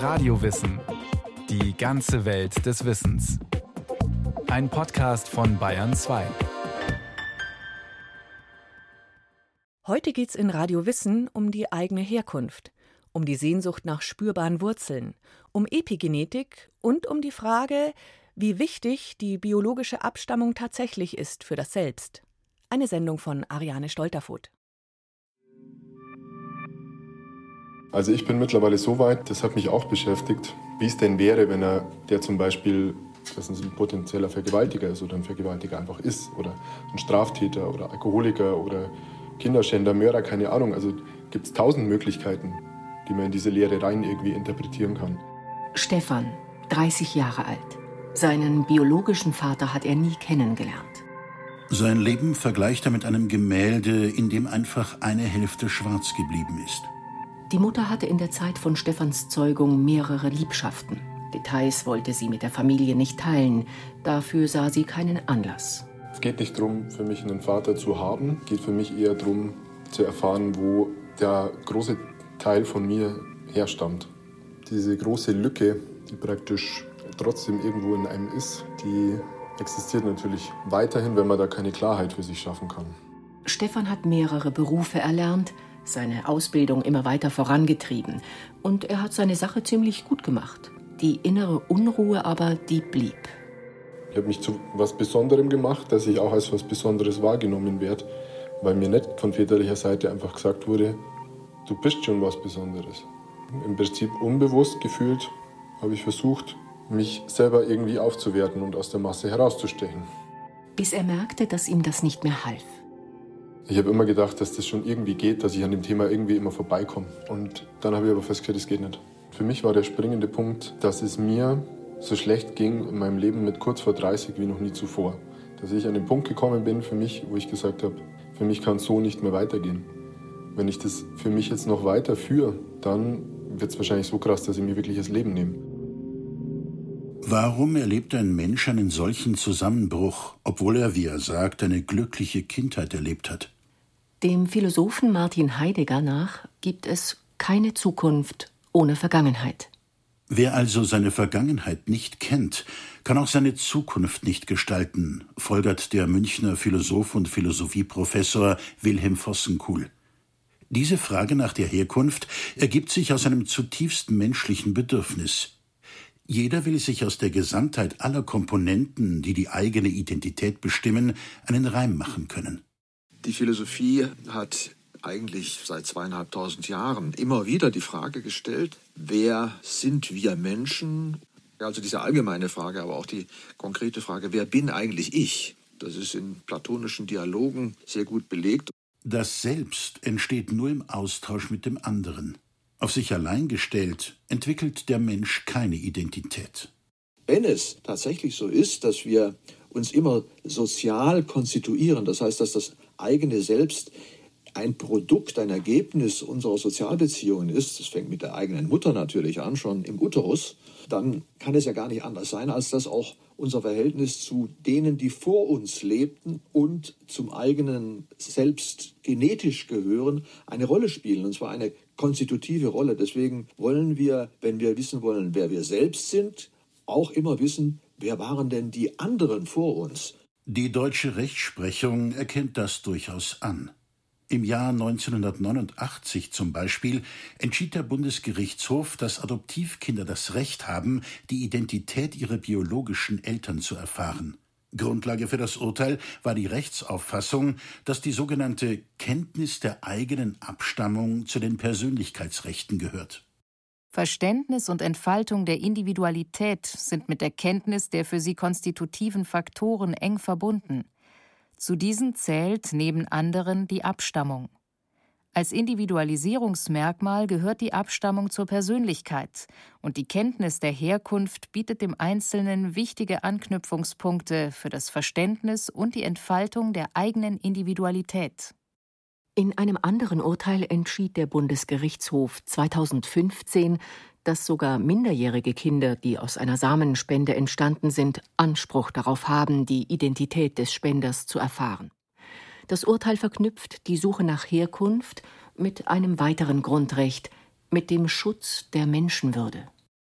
Radiowissen. Die ganze Welt des Wissens. Ein Podcast von Bayern 2. Heute geht's in Radio Wissen um die eigene Herkunft, um die Sehnsucht nach spürbaren Wurzeln, um Epigenetik und um die Frage, wie wichtig die biologische Abstammung tatsächlich ist für das Selbst. Eine Sendung von Ariane Stolterfoht. Also ich bin mittlerweile so weit, das hat mich auch beschäftigt, wie es denn wäre, wenn der zum Beispiel ein potenzieller Vergewaltiger ist oder ein Vergewaltiger einfach ist oder ein Straftäter oder Alkoholiker oder Kinderschänder, Mörder, keine Ahnung. Also gibt es 1000 Möglichkeiten, die man in diese Lehre rein irgendwie interpretieren kann. Stefan, 30 Jahre alt. Seinen biologischen Vater hat er nie kennengelernt. Sein Leben vergleicht er mit einem Gemälde, in dem einfach eine Hälfte schwarz geblieben ist. Die Mutter hatte in der Zeit von Stefans Zeugung mehrere Liebschaften. Details wollte sie mit der Familie nicht teilen. Dafür sah sie keinen Anlass. Es geht nicht darum, für mich einen Vater zu haben. Es geht für mich eher darum, zu erfahren, wo der große Teil von mir herstammt. Diese große Lücke, die praktisch trotzdem irgendwo in einem ist, die existiert natürlich weiterhin, wenn man da keine Klarheit für sich schaffen kann. Stefan hat mehrere Berufe erlernt, seine Ausbildung immer weiter vorangetrieben. Und er hat seine Sache ziemlich gut gemacht. Die innere Unruhe aber, die blieb. Ich habe mich zu was Besonderem gemacht, dass ich auch als was Besonderes wahrgenommen werde, weil mir nicht von väterlicher Seite einfach gesagt wurde, du bist schon was Besonderes. Im Prinzip unbewusst gefühlt habe ich versucht, mich selber irgendwie aufzuwerten und aus der Masse herauszustechen. Bis er merkte, dass ihm das nicht mehr half. Ich habe immer gedacht, dass das schon irgendwie geht, dass ich an dem Thema irgendwie immer vorbeikomme. Und dann habe ich aber festgestellt, es geht nicht. Für mich war der springende Punkt, dass es mir so schlecht ging in meinem Leben mit kurz vor 30 wie noch nie zuvor. Dass ich an den Punkt gekommen bin für mich, wo ich gesagt habe, für mich kann es so nicht mehr weitergehen. Wenn ich das für mich jetzt noch weiterführe, dann wird es wahrscheinlich so krass, dass ich mir wirklich das Leben nehme. Warum erlebt ein Mensch einen solchen Zusammenbruch, obwohl er, wie er sagt, eine glückliche Kindheit erlebt hat? Dem Philosophen Martin Heidegger nach gibt es keine Zukunft ohne Vergangenheit. Wer also seine Vergangenheit nicht kennt, kann auch seine Zukunft nicht gestalten, folgert der Münchner Philosoph und Philosophieprofessor Wilhelm Vossenkuhl. Diese Frage nach der Herkunft ergibt sich aus einem zutiefst menschlichen Bedürfnis. Jeder will sich aus der Gesamtheit aller Komponenten, die die eigene Identität bestimmen, einen Reim machen können. Die Philosophie hat eigentlich seit 2500 Jahren immer wieder die Frage gestellt, wer sind wir Menschen? Also diese allgemeine Frage, aber auch die konkrete Frage, wer bin eigentlich ich? Das ist in platonischen Dialogen sehr gut belegt. Das Selbst entsteht nur im Austausch mit dem anderen. Auf sich allein gestellt entwickelt der Mensch keine Identität. Wenn es tatsächlich so ist, dass wir uns immer sozial konstituieren, das heißt, dass das eigene Selbst ein Produkt, ein Ergebnis unserer Sozialbeziehungen ist, das fängt mit der eigenen Mutter natürlich an, schon im Uterus, dann kann es ja gar nicht anders sein, als dass auch unser Verhältnis zu denen, die vor uns lebten und zum eigenen Selbst genetisch gehören, eine Rolle spielen, und zwar eine konstitutive Rolle. Deswegen wollen wir, wenn wir wissen wollen, wer wir selbst sind, auch immer wissen, wer waren denn die anderen vor uns. Die deutsche Rechtsprechung erkennt das durchaus an. Im Jahr 1989 zum Beispiel entschied der Bundesgerichtshof, dass Adoptivkinder das Recht haben, die Identität ihrer biologischen Eltern zu erfahren. Grundlage für das Urteil war die Rechtsauffassung, dass die sogenannte Kenntnis der eigenen Abstammung zu den Persönlichkeitsrechten gehört. Verständnis und Entfaltung der Individualität sind mit der Kenntnis der für sie konstitutiven Faktoren eng verbunden. Zu diesen zählt neben anderen die Abstammung. Als Individualisierungsmerkmal gehört die Abstammung zur Persönlichkeit, und die Kenntnis der Herkunft bietet dem Einzelnen wichtige Anknüpfungspunkte für das Verständnis und die Entfaltung der eigenen Individualität. In einem anderen Urteil entschied der Bundesgerichtshof 2015, dass sogar minderjährige Kinder, die aus einer Samenspende entstanden sind, Anspruch darauf haben, die Identität des Spenders zu erfahren. Das Urteil verknüpft die Suche nach Herkunft mit einem weiteren Grundrecht, mit dem Schutz der Menschenwürde.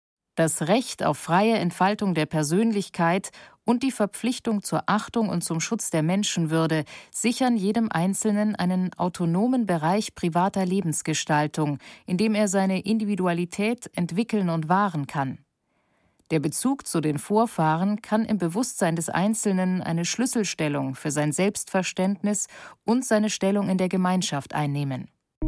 Das Recht auf freie Entfaltung der Persönlichkeit und die Verpflichtung zur Achtung und zum Schutz der Menschenwürde sichern jedem Einzelnen einen autonomen Bereich privater Lebensgestaltung, in dem er seine Individualität entwickeln und wahren kann. Der Bezug zu den Vorfahren kann im Bewusstsein des Einzelnen eine Schlüsselstellung für sein Selbstverständnis und seine Stellung in der Gemeinschaft einnehmen.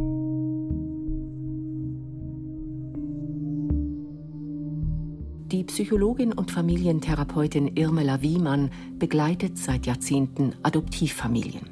Die Psychologin und Familientherapeutin Irmela Wiemann begleitet seit Jahrzehnten Adoptivfamilien.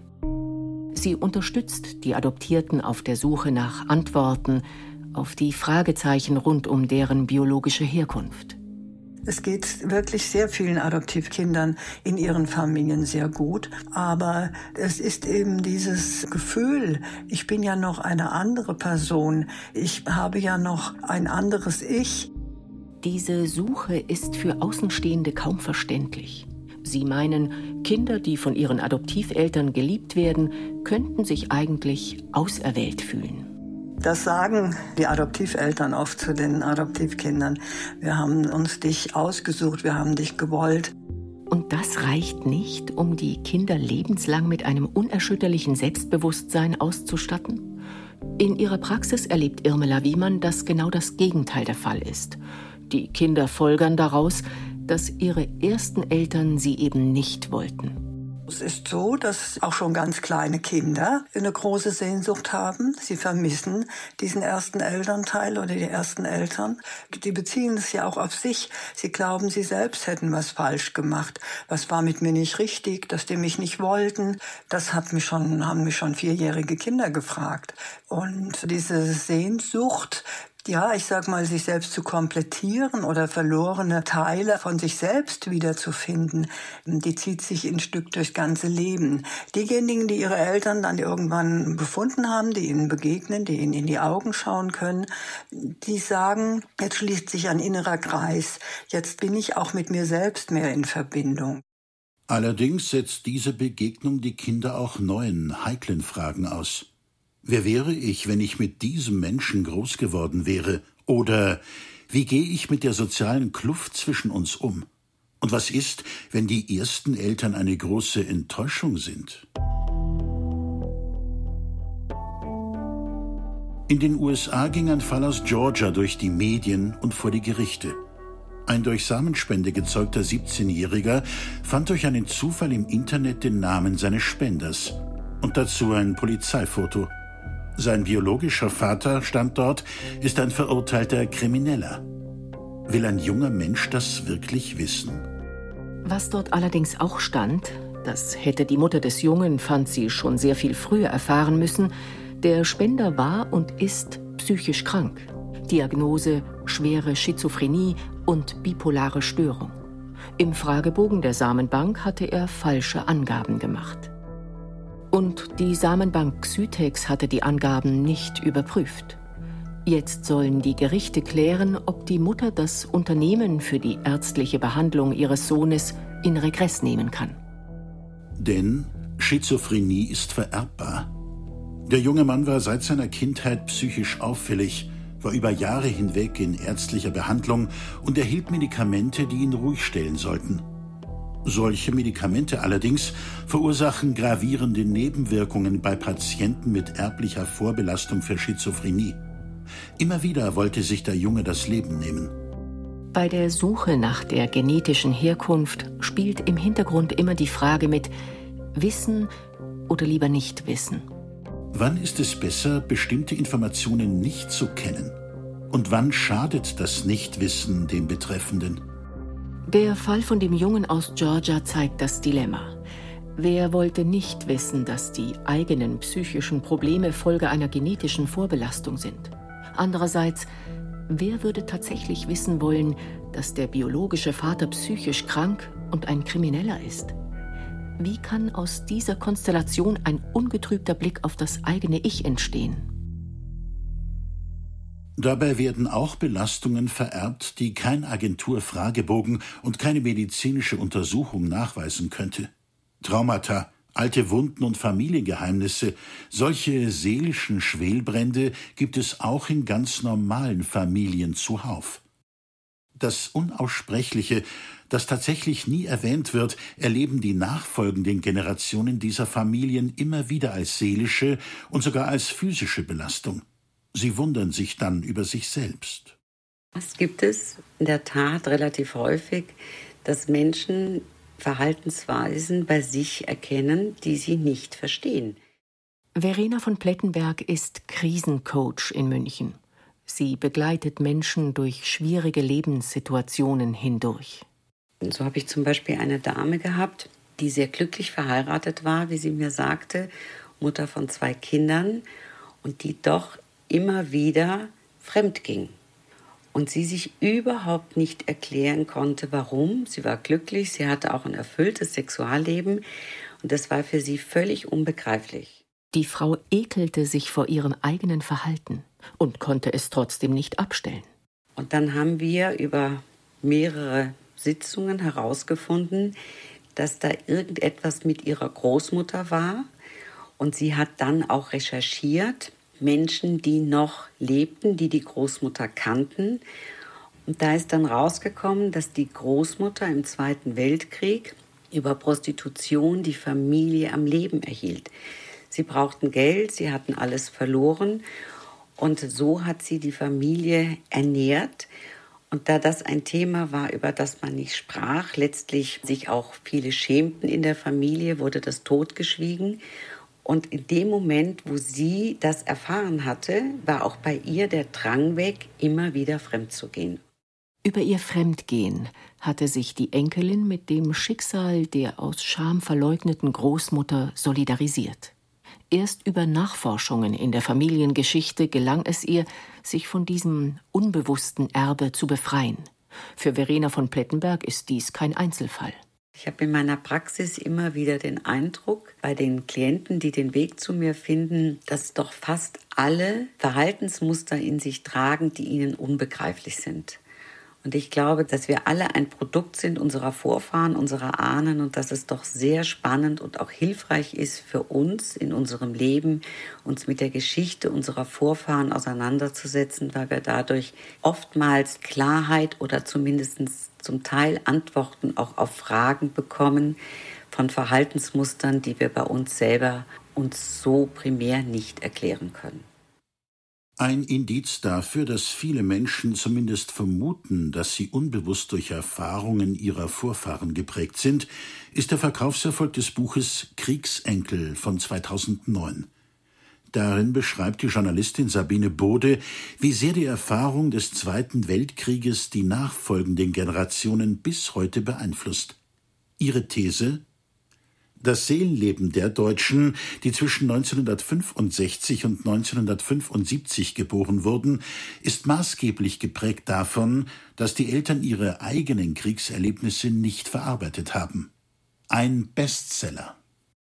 Sie unterstützt die Adoptierten auf der Suche nach Antworten auf die Fragezeichen rund um deren biologische Herkunft. Es geht wirklich sehr vielen Adoptivkindern in ihren Familien sehr gut. Aber es ist eben dieses Gefühl, ich bin ja noch eine andere Person. Ich habe ja noch ein anderes Ich. Diese Suche ist für Außenstehende kaum verständlich. Sie meinen, Kinder, die von ihren Adoptiveltern geliebt werden, könnten sich eigentlich auserwählt fühlen. Das sagen die Adoptiveltern oft zu den Adoptivkindern. Wir haben uns dich ausgesucht, wir haben dich gewollt. Und das reicht nicht, um die Kinder lebenslang mit einem unerschütterlichen Selbstbewusstsein auszustatten? In ihrer Praxis erlebt Irmela Wiemann, dass genau das Gegenteil der Fall ist. Die Kinder folgern daraus, dass ihre ersten Eltern sie eben nicht wollten. Es ist so, dass auch schon ganz kleine Kinder eine große Sehnsucht haben. Sie vermissen diesen ersten Elternteil oder die ersten Eltern. Die beziehen es ja auch auf sich. Sie glauben, sie selbst hätten was falsch gemacht. Was war mit mir nicht richtig, dass die mich nicht wollten? Das haben mich schon 4-jährige Kinder gefragt. Und diese Sehnsucht, ja, ich sag mal, sich selbst zu komplettieren oder verlorene Teile von sich selbst wiederzufinden, die zieht sich ein Stück durchs ganze Leben. Diejenigen, die ihre Eltern dann irgendwann gefunden haben, die ihnen begegnen, die ihnen in die Augen schauen können, die sagen, jetzt schließt sich ein innerer Kreis, jetzt bin ich auch mit mir selbst mehr in Verbindung. Allerdings setzt diese Begegnung die Kinder auch neuen, heiklen Fragen aus. Wer wäre ich, wenn ich mit diesem Menschen groß geworden wäre? Oder wie gehe ich mit der sozialen Kluft zwischen uns um? Und was ist, wenn die ersten Eltern eine große Enttäuschung sind? In den USA ging ein Fall aus Georgia durch die Medien und vor die Gerichte. Ein durch Samenspende gezeugter 17-Jähriger fand durch einen Zufall im Internet den Namen seines Spenders und dazu ein Polizeifoto. Sein biologischer Vater, stand dort, ist ein verurteilter Krimineller. Will ein junger Mensch das wirklich wissen? Was dort allerdings auch stand, das hätte die Mutter des Jungen, fand sie, schon sehr viel früher erfahren müssen, der Spender war und ist psychisch krank. Diagnose schwere Schizophrenie und bipolare Störung. Im Fragebogen der Samenbank hatte er falsche Angaben gemacht. Und die Samenbank Xytex hatte die Angaben nicht überprüft. Jetzt sollen die Gerichte klären, ob die Mutter das Unternehmen für die ärztliche Behandlung ihres Sohnes in Regress nehmen kann. Denn Schizophrenie ist vererbbar. Der junge Mann war seit seiner Kindheit psychisch auffällig, war über Jahre hinweg in ärztlicher Behandlung und erhielt Medikamente, die ihn ruhig stellen sollten. Solche Medikamente allerdings verursachen gravierende Nebenwirkungen bei Patienten mit erblicher Vorbelastung für Schizophrenie. Immer wieder wollte sich der Junge das Leben nehmen. Bei der Suche nach der genetischen Herkunft spielt im Hintergrund immer die Frage mit: Wissen oder lieber nicht wissen? Wann ist es besser, bestimmte Informationen nicht zu kennen? Und wann schadet das Nichtwissen dem Betreffenden? Der Fall von dem Jungen aus Georgia zeigt das Dilemma. Wer wollte nicht wissen, dass die eigenen psychischen Probleme Folge einer genetischen Vorbelastung sind? Andererseits, wer würde tatsächlich wissen wollen, dass der biologische Vater psychisch krank und ein Krimineller ist? Wie kann aus dieser Konstellation ein ungetrübter Blick auf das eigene Ich entstehen? Dabei werden auch Belastungen vererbt, die kein Agenturfragebogen und keine medizinische Untersuchung nachweisen könnte. Traumata, alte Wunden und Familiengeheimnisse, solche seelischen Schwelbrände gibt es auch in ganz normalen Familien zuhauf. Das Unaussprechliche, das tatsächlich nie erwähnt wird, erleben die nachfolgenden Generationen dieser Familien immer wieder als seelische und sogar als physische Belastung. Sie wundern sich dann über sich selbst. Es gibt es in der Tat relativ häufig, dass Menschen Verhaltensweisen bei sich erkennen, die sie nicht verstehen. Verena von Plettenberg ist Krisencoach in München. Sie begleitet Menschen durch schwierige Lebenssituationen hindurch. Und so habe ich zum Beispiel eine Dame gehabt, die sehr glücklich verheiratet war, wie sie mir sagte, Mutter von 2 Kindern, und die doch immer wieder fremd ging. Und sie sich überhaupt nicht erklären konnte, warum. Sie war glücklich, sie hatte auch ein erfülltes Sexualleben und das war für sie völlig unbegreiflich. Die Frau ekelte sich vor ihrem eigenen Verhalten und konnte es trotzdem nicht abstellen. Und dann haben wir über mehrere Sitzungen herausgefunden, dass da irgendetwas mit ihrer Großmutter war. Und sie hat dann auch recherchiert, Menschen, die noch lebten, die die Großmutter kannten. Und da ist dann rausgekommen, dass die Großmutter im Zweiten Weltkrieg über Prostitution die Familie am Leben erhielt. Sie brauchten Geld, sie hatten alles verloren und so hat sie die Familie ernährt. Und da das ein Thema war, über das man nicht sprach, letztlich sich auch viele schämten in der Familie, wurde das totgeschwiegen. Und in dem Moment, wo sie das erfahren hatte, war auch bei ihr der Drang weg, immer wieder fremd zu gehen. Über ihr Fremdgehen hatte sich die Enkelin mit dem Schicksal der aus Scham verleugneten Großmutter solidarisiert. Erst über Nachforschungen in der Familiengeschichte gelang es ihr, sich von diesem unbewussten Erbe zu befreien. Für Verena von Plettenberg ist dies kein Einzelfall. Ich habe in meiner Praxis immer wieder den Eindruck, bei den Klienten, die den Weg zu mir finden, dass doch fast alle Verhaltensmuster in sich tragen, die ihnen unbegreiflich sind. Und ich glaube, dass wir alle ein Produkt sind unserer Vorfahren, unserer Ahnen und dass es doch sehr spannend und auch hilfreich ist für uns in unserem Leben, uns mit der Geschichte unserer Vorfahren auseinanderzusetzen, weil wir dadurch oftmals Klarheit oder zumindest zum Teil Antworten auch auf Fragen bekommen von Verhaltensmustern, die wir bei uns selber uns so primär nicht erklären können. Ein Indiz dafür, dass viele Menschen zumindest vermuten, dass sie unbewusst durch Erfahrungen ihrer Vorfahren geprägt sind, ist der Verkaufserfolg des Buches Kriegsenkel von 2009. Darin beschreibt die Journalistin Sabine Bode, wie sehr die Erfahrung des Zweiten Weltkrieges die nachfolgenden Generationen bis heute beeinflusst. Ihre These: Das Seelenleben der Deutschen, die zwischen 1965 und 1975 geboren wurden, ist maßgeblich geprägt davon, dass die Eltern ihre eigenen Kriegserlebnisse nicht verarbeitet haben. Ein Bestseller.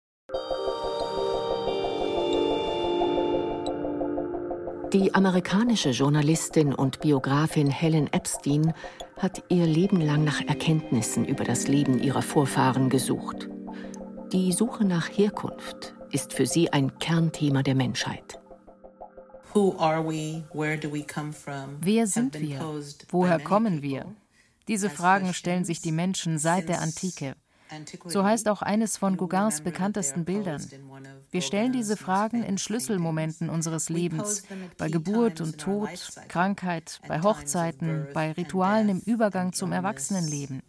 Die amerikanische Journalistin und Biografin Helen Epstein hat ihr Leben lang nach Erkenntnissen über das Leben ihrer Vorfahren gesucht. Die Suche nach Herkunft ist für sie ein Kernthema der Menschheit. Wer sind wir? Woher kommen wir? Diese Fragen stellen sich die Menschen seit der Antike. So heißt auch eines von Gauguins bekanntesten Bildern. Wir stellen diese Fragen in Schlüsselmomenten unseres Lebens, bei Geburt und Tod, Krankheit, bei Hochzeiten, bei Ritualen im Übergang zum Erwachsenenleben.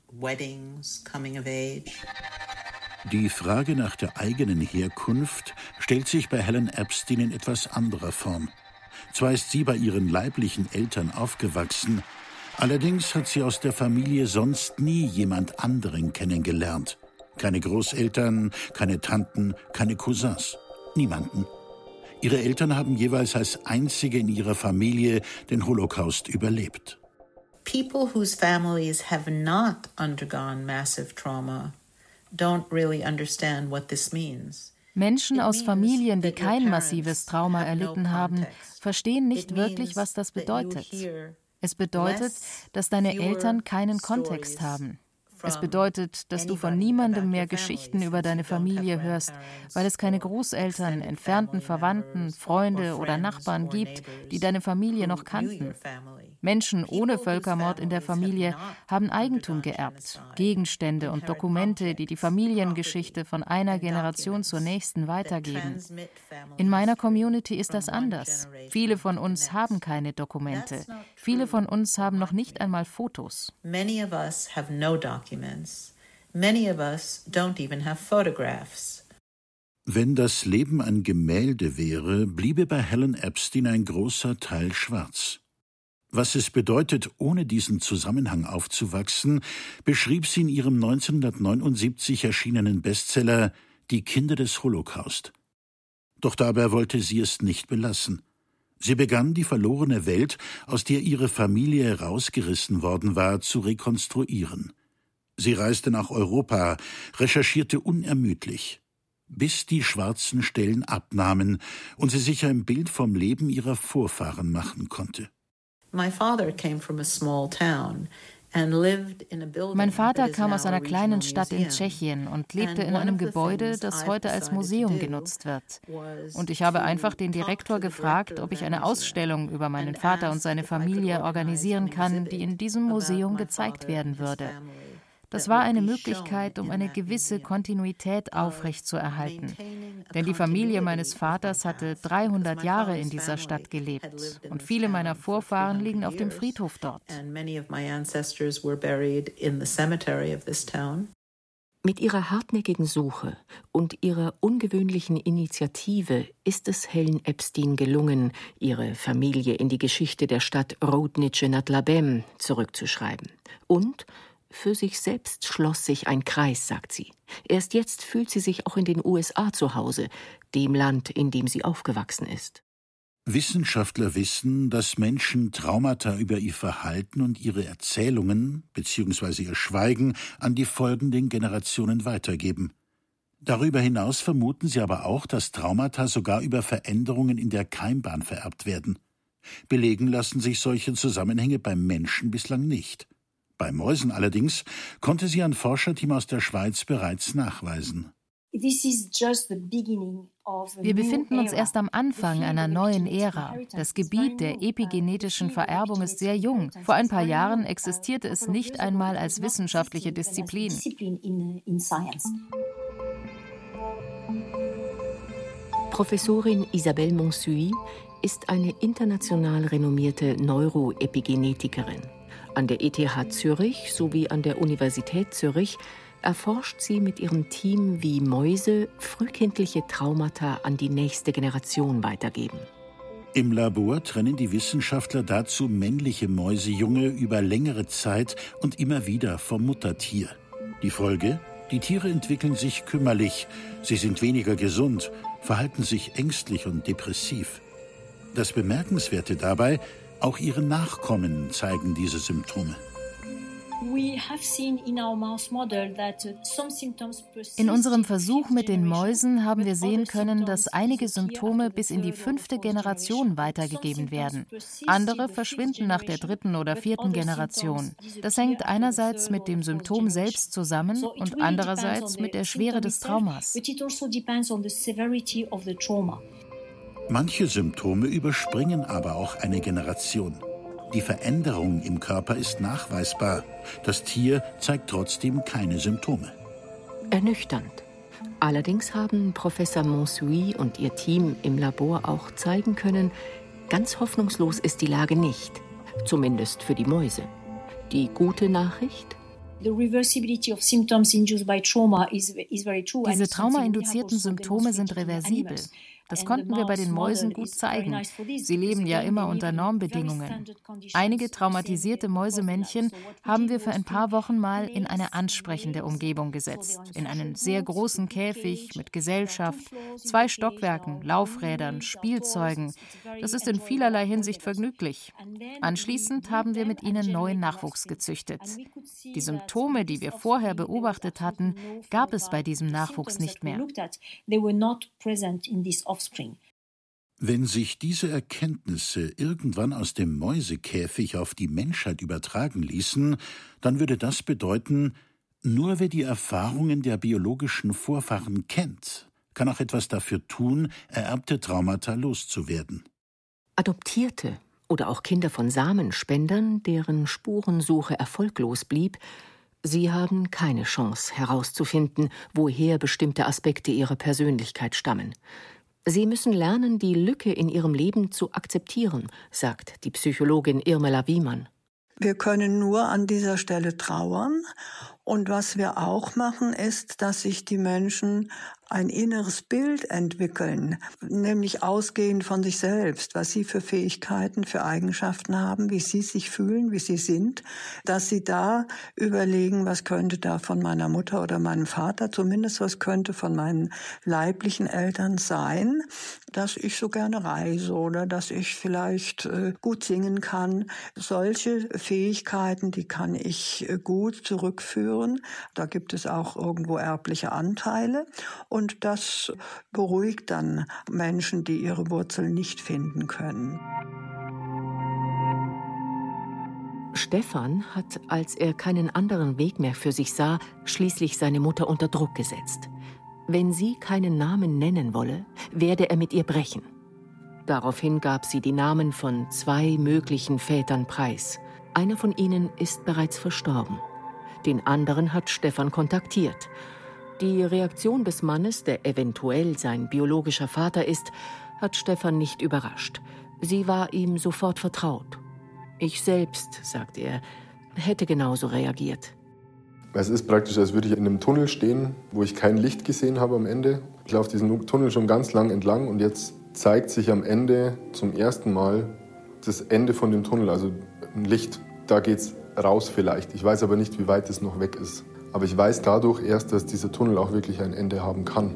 Die Frage nach der eigenen Herkunft stellt sich bei Helen Epstein in etwas anderer Form. Zwar ist sie bei ihren leiblichen Eltern aufgewachsen, allerdings hat sie aus der Familie sonst nie jemand anderen kennengelernt. Keine Großeltern, keine Tanten, keine Cousins. Niemanden. Ihre Eltern haben jeweils als einzige in ihrer Familie den Holocaust überlebt. People whose families have not undergone massive trauma don't really understand what this means. Menschen aus Familien, die kein massives Trauma erlitten haben, verstehen nicht wirklich, was das bedeutet. Es bedeutet, dass deine Eltern keinen Kontext haben. Es bedeutet, dass du von niemandem mehr Geschichten über deine Familie hörst, weil es keine Großeltern, entfernten Verwandten, Freunde oder Nachbarn gibt, die deine Familie noch kannten. Menschen ohne Völkermord in der Familie haben Eigentum geerbt, Gegenstände und Dokumente, die die Familiengeschichte von einer Generation zur nächsten weitergeben. In meiner Community ist das anders. Viele von uns haben keine Dokumente. Viele von uns haben noch nicht einmal Fotos. Many of us have no documents. Many of us don't even have photographs. Wenn das Leben ein Gemälde wäre, bliebe bei Helen Epstein ein großer Teil schwarz. Was es bedeutet, ohne diesen Zusammenhang aufzuwachsen, beschrieb sie in ihrem 1979 erschienenen Bestseller »Die Kinder des Holocaust«. Doch dabei wollte sie es nicht belassen. Sie begann, die verlorene Welt, aus der ihre Familie herausgerissen worden war, zu rekonstruieren. Sie reiste nach Europa, recherchierte unermüdlich, bis die schwarzen Stellen abnahmen und sie sich ein Bild vom Leben ihrer Vorfahren machen konnte. Mein Vater kam aus einer kleinen Stadt in Tschechien und lebte in einem Gebäude, das heute als Museum genutzt wird. Und ich habe einfach den Direktor gefragt, ob ich eine Ausstellung über meinen Vater und seine Familie organisieren kann, die in diesem Museum gezeigt werden würde. Das war eine Möglichkeit, um eine gewisse Kontinuität aufrechtzuerhalten. Denn die Familie meines Vaters hatte 300 Jahre in dieser Stadt gelebt. Und viele meiner Vorfahren liegen auf dem Friedhof dort. Mit ihrer hartnäckigen Suche und ihrer ungewöhnlichen Initiative ist es Helen Epstein gelungen, ihre Familie in die Geschichte der Stadt Roudnice nad Labem zurückzuschreiben. Und für sich selbst schloss sich ein Kreis, sagt sie. Erst jetzt fühlt sie sich auch in den USA zu Hause, dem Land, in dem sie aufgewachsen ist. Wissenschaftler wissen, dass Menschen Traumata über ihr Verhalten und ihre Erzählungen bzw. ihr Schweigen an die folgenden Generationen weitergeben. Darüber hinaus vermuten sie aber auch, dass Traumata sogar über Veränderungen in der Keimbahn vererbt werden. Belegen lassen sich solche Zusammenhänge beim Menschen bislang nicht. Bei Mäusen allerdings konnte sie ein Forscherteam aus der Schweiz bereits nachweisen. Wir befinden uns erst am Anfang einer neuen Ära. Das Gebiet der epigenetischen Vererbung ist sehr jung. Vor ein paar Jahren existierte es nicht einmal als wissenschaftliche Disziplin. Professorin Isabelle Monsuy ist eine international renommierte Neuroepigenetikerin. An der ETH Zürich sowie an der Universität Zürich erforscht sie mit ihrem Team, wie Mäuse frühkindliche Traumata an die nächste Generation weitergeben. Im Labor trennen die Wissenschaftler dazu männliche Mäusejunge über längere Zeit und immer wieder vom Muttertier. Die Folge? Die Tiere entwickeln sich kümmerlich, sie sind weniger gesund, verhalten sich ängstlich und depressiv. Das Bemerkenswerte dabei: auch ihre Nachkommen zeigen diese Symptome. In unserem Versuch mit den Mäusen haben wir sehen können, dass einige Symptome bis in die 5. Generation weitergegeben werden. Andere verschwinden nach der 3. oder 4. Generation. Das hängt einerseits mit dem Symptom selbst zusammen und andererseits mit der Schwere des Traumas. Manche Symptome überspringen aber auch eine Generation. Die Veränderung im Körper ist nachweisbar. Das Tier zeigt trotzdem keine Symptome. Ernüchternd. Allerdings haben Professor Monsuy und ihr Team im Labor auch zeigen können, ganz hoffnungslos ist die Lage nicht. Zumindest für die Mäuse. Die gute Nachricht? Diese traumainduzierten Symptome sind reversibel. Das konnten wir bei den Mäusen gut zeigen. Sie leben ja immer unter Normbedingungen. Einige traumatisierte Mäusemännchen haben wir für ein paar Wochen mal in eine ansprechende Umgebung gesetzt. In einen sehr großen Käfig mit Gesellschaft, 2 Stockwerken, Laufrädern, Spielzeugen. Das ist in vielerlei Hinsicht vergnüglich. Anschließend haben wir mit ihnen neuen Nachwuchs gezüchtet. Die Symptome, die wir vorher beobachtet hatten, gab es bei diesem Nachwuchs nicht mehr. Wenn sich diese Erkenntnisse irgendwann aus dem Mäusekäfig auf die Menschheit übertragen ließen, dann würde das bedeuten, Nur wer die Erfahrungen der biologischen Vorfahren kennt, kann auch etwas dafür tun, ererbte Traumata loszuwerden. Adoptierte oder auch Kinder von Samenspendern, deren Spurensuche erfolglos blieb, sie haben keine Chance herauszufinden, woher bestimmte Aspekte ihrer Persönlichkeit stammen. Sie müssen lernen, die Lücke in ihrem Leben zu akzeptieren, sagt die Psychologin Irmela Wiemann. Wir können nur an dieser Stelle trauern. Und was wir auch machen, ist, dass sich die Menschen ein inneres Bild entwickeln, nämlich ausgehend von sich selbst, was sie für Fähigkeiten, für Eigenschaften haben, wie sie sich fühlen, wie sie sind, dass sie da überlegen, was könnte da von meiner Mutter oder meinem Vater, zumindest was könnte von meinen leiblichen Eltern sein, dass ich so gerne reise oder dass ich vielleicht gut singen kann. Solche Fähigkeiten, die kann ich gut zurückführen. Da gibt es auch irgendwo erbliche Anteile. Und das beruhigt dann Menschen, die ihre Wurzeln nicht finden können. Stefan hat, als er keinen anderen Weg mehr für sich sah, schließlich seine Mutter unter Druck gesetzt. Wenn sie keinen Namen nennen wolle, werde er mit ihr brechen. Daraufhin gab sie die Namen von 2 möglichen Vätern preis. Einer von ihnen ist bereits verstorben. Den anderen hat Stefan kontaktiert. Die Reaktion des Mannes, der eventuell sein biologischer Vater ist, hat Stefan nicht überrascht. Sie war ihm sofort vertraut. Ich selbst, sagt er, hätte genauso reagiert. Es ist praktisch, als würde ich in einem Tunnel stehen, wo ich kein Licht gesehen habe am Ende. Ich laufe diesen Tunnel schon ganz lang entlang und jetzt zeigt sich am Ende zum ersten Mal das Ende von dem Tunnel, also ein Licht. Da geht's raus vielleicht. Ich weiß aber nicht, wie weit es noch weg ist. Aber ich weiß dadurch erst, dass dieser Tunnel auch wirklich ein Ende haben kann.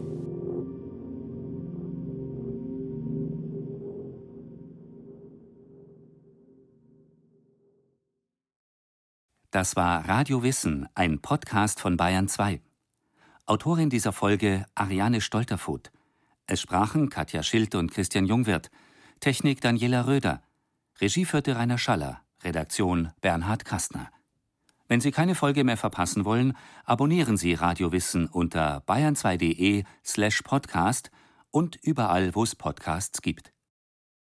Das war Radio Wissen, ein Podcast von Bayern 2. Autorin dieser Folge Ariane Stolterfoht. Es sprachen Katja Schild und Christian Jungwirth. Technik Daniela Röder. Regie führte Rainer Schaller. Redaktion Bernhard Kastner. Wenn Sie keine Folge mehr verpassen wollen, abonnieren Sie Radio Wissen unter bayern2.de/podcast und überall, wo es Podcasts gibt.